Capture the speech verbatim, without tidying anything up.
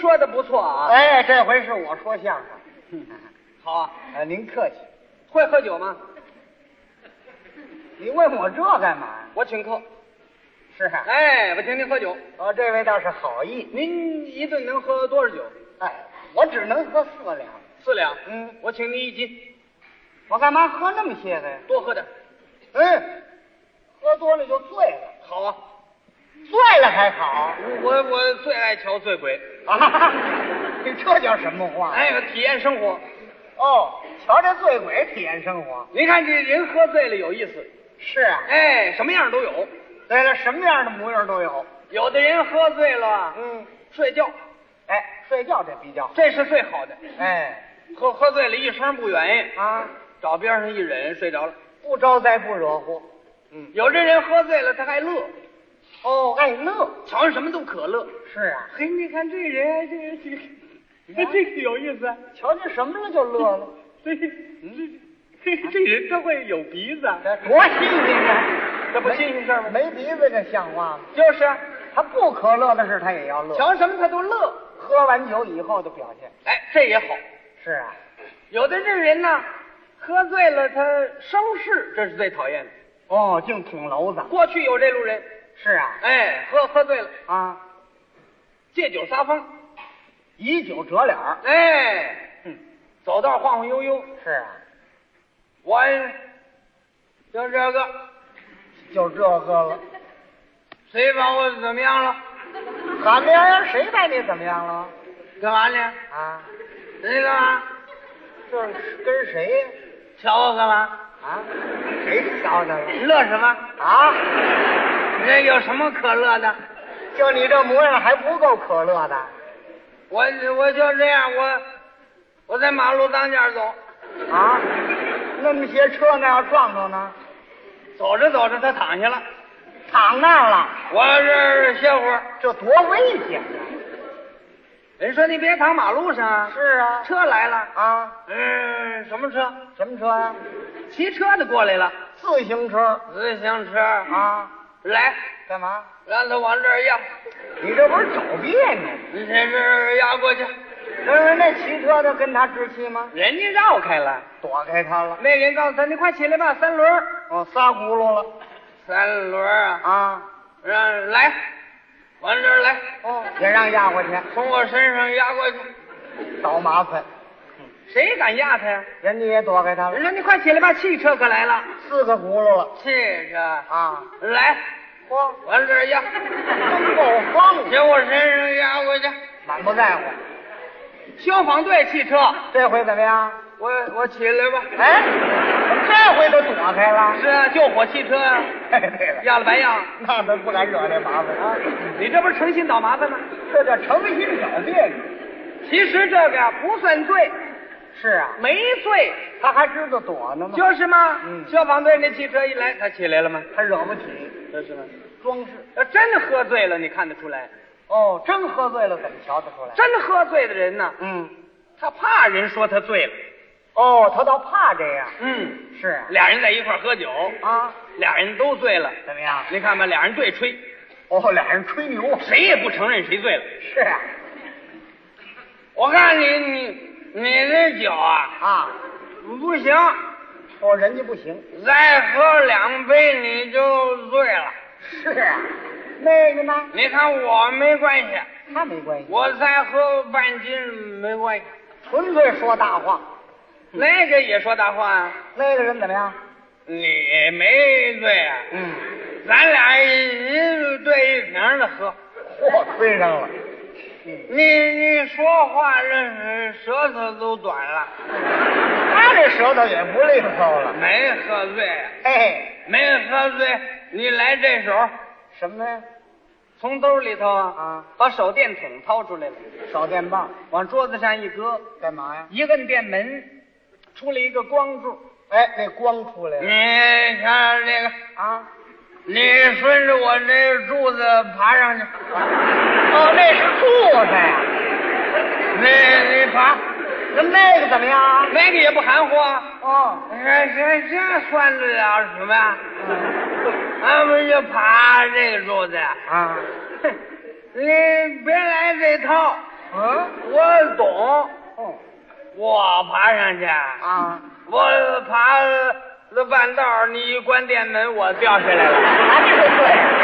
说的不错啊。 哎，这回是我说相声。 好啊。 呃，您客气。 会喝酒吗？ 你问我这干嘛呀？ 我请客。 是啊。 哎，我请您喝酒。 哦，这位倒是好意。 您一顿能喝多少酒？ 哎，我只能喝四两。 四两。 嗯， 我请您一斤。 我干嘛喝那么些个呀？ 多喝点。 嗯，喝多了就醉了。 好啊。 醉了还好。 我我最爱瞧醉鬼啊！你这叫什么话？ 哎，体验生活。 哦，瞧这醉鬼体验生活。 您看这人喝醉了有意思。 是啊。 哎，什么样都有。 对了，什么样的模样都有。 有的人喝醉了， 嗯， 睡觉。 哎，睡觉这比较好， 这是最好的。 哎， 喝喝醉了一声不愿意啊， 找边上一忍，睡着了， 不招灾不惹祸。 嗯，有这人喝醉了他还乐。 哦，爱乐， 瞧什么都可乐。 是啊。 嘿，你看这人，这这这这个有意思啊！ 瞧见什么了就乐了。 这嗯这这人他会有鼻子， 多新鲜啊！ 这不新鲜事儿吗？ 没鼻子这像话吗？ 就是啊， 他不可乐的事他也要乐。 瞧什么他都乐。 喝完酒以后的表现， 哎，这也好。 是啊。 有的这人呢，喝醉了他生事，这是最讨厌的。 哦，净捅娄子。 过去有这路人。 是啊。 哎，喝喝醉了啊， 借酒撒疯， 以酒折脸。 哎，嗯，走道晃晃悠悠。 是啊。 我就这个， 就这个了。 谁把我怎么样了？ 喊别人谁把你怎么样了？ 干嘛呢？ 啊， 你干嘛？ 这是跟谁呀？ 瞧我干嘛？ 啊，谁瞧他了？ 乐什么？ 啊， 这有什么可乐的？ 就你这模样还不够可乐的。 我我就这样，我我在马路当间走。 啊，那么些车那要撞着呢？ 走着走着他躺下了， 躺那儿了。 我这儿歇会儿。 这多危险啊！ 人说你别躺马路上啊。 是啊。 车来了啊。 嗯，什么车？ 什么车呀？ 骑车的过来了。 自行车。 自行车啊。 来， 干嘛？ 让他往这儿压。 你这不是找别扭？ 你在这儿压过去。 不是那骑车的跟他置气吗？ 人家绕开了， 躲开他了。 那人告诉他：“你快起来吧，三轮。” 哦，仨轱辘了。 三轮啊！ 啊， 让来，往这儿来。 哦，也让压过去， 从我身上压过去， 找麻烦。 谁敢压他呀？ 人家也躲开他了。 人说：“你快起来吧，汽车可来了。” 四个轱辘了。 汽车啊， 来， 嚯， 往这儿压， 真够横。 从我身上压过去， 满不在乎。 消防队汽车， 这回怎么样？ 我我起来吧。 哎，这回都躲开了。 是啊，救火汽车啊。 哎，对了， 压了白样， 那都不敢惹这麻烦啊。 你这不是诚心找麻烦吗？ 这叫诚心找别扭。 其实这个呀不算罪。 是啊， 没罪， 他还知道躲呢吗？ 就是嘛。 嗯， 消防队那汽车一来，他起来了吗？ 他惹不起， 这是吗？ 装饰。 要真喝醉了，你看得出来。 哦，真喝醉了，怎么瞧得出来？ 真喝醉的人呢， 嗯， 他怕人说他醉了。 哦，他倒怕这样。 嗯， 是啊。 俩人在一块儿喝酒啊， 俩人都醉了， 怎么样？ 你看吧，俩人对吹。 哦，俩人吹牛， 谁也不承认谁醉了。 是啊。 我看你你你这酒啊啊不行。 哦，人家不行， 再喝两杯你就醉了。 是啊。那个呢？ 你看我没关系， 他没关系， 我再喝半斤没关系。 纯粹说大话。 那个也说大话啊。 那个人怎么样？ 你没醉啊？ 嗯， 咱俩一对一瓶的喝。 嚯，吹上了。 嗯，你你说话这是舌头都短了。 他这舌头也不利索了。 没喝醉。 哎， 没喝醉，你来这手。 什么呀？ 从兜里头啊啊， 把手电筒掏出来了， 手电棒往桌子上一搁， 干嘛呀？ 一摁电门，出来一个光柱。 哎，那光出来了。 你看这个啊， 你顺着我这柱子爬上去。 哦，那是柱子呀。 你你爬， 那那个怎么样啊？ 那个也不含糊啊。 哦， 这这这算得了什么呀？俺们就爬这个柱子呀。 啊， 你别来这套。 嗯， 我懂。 哦， 我爬上去啊， 我爬了半道，你一关店门，我掉下来了。 啊，这就对了。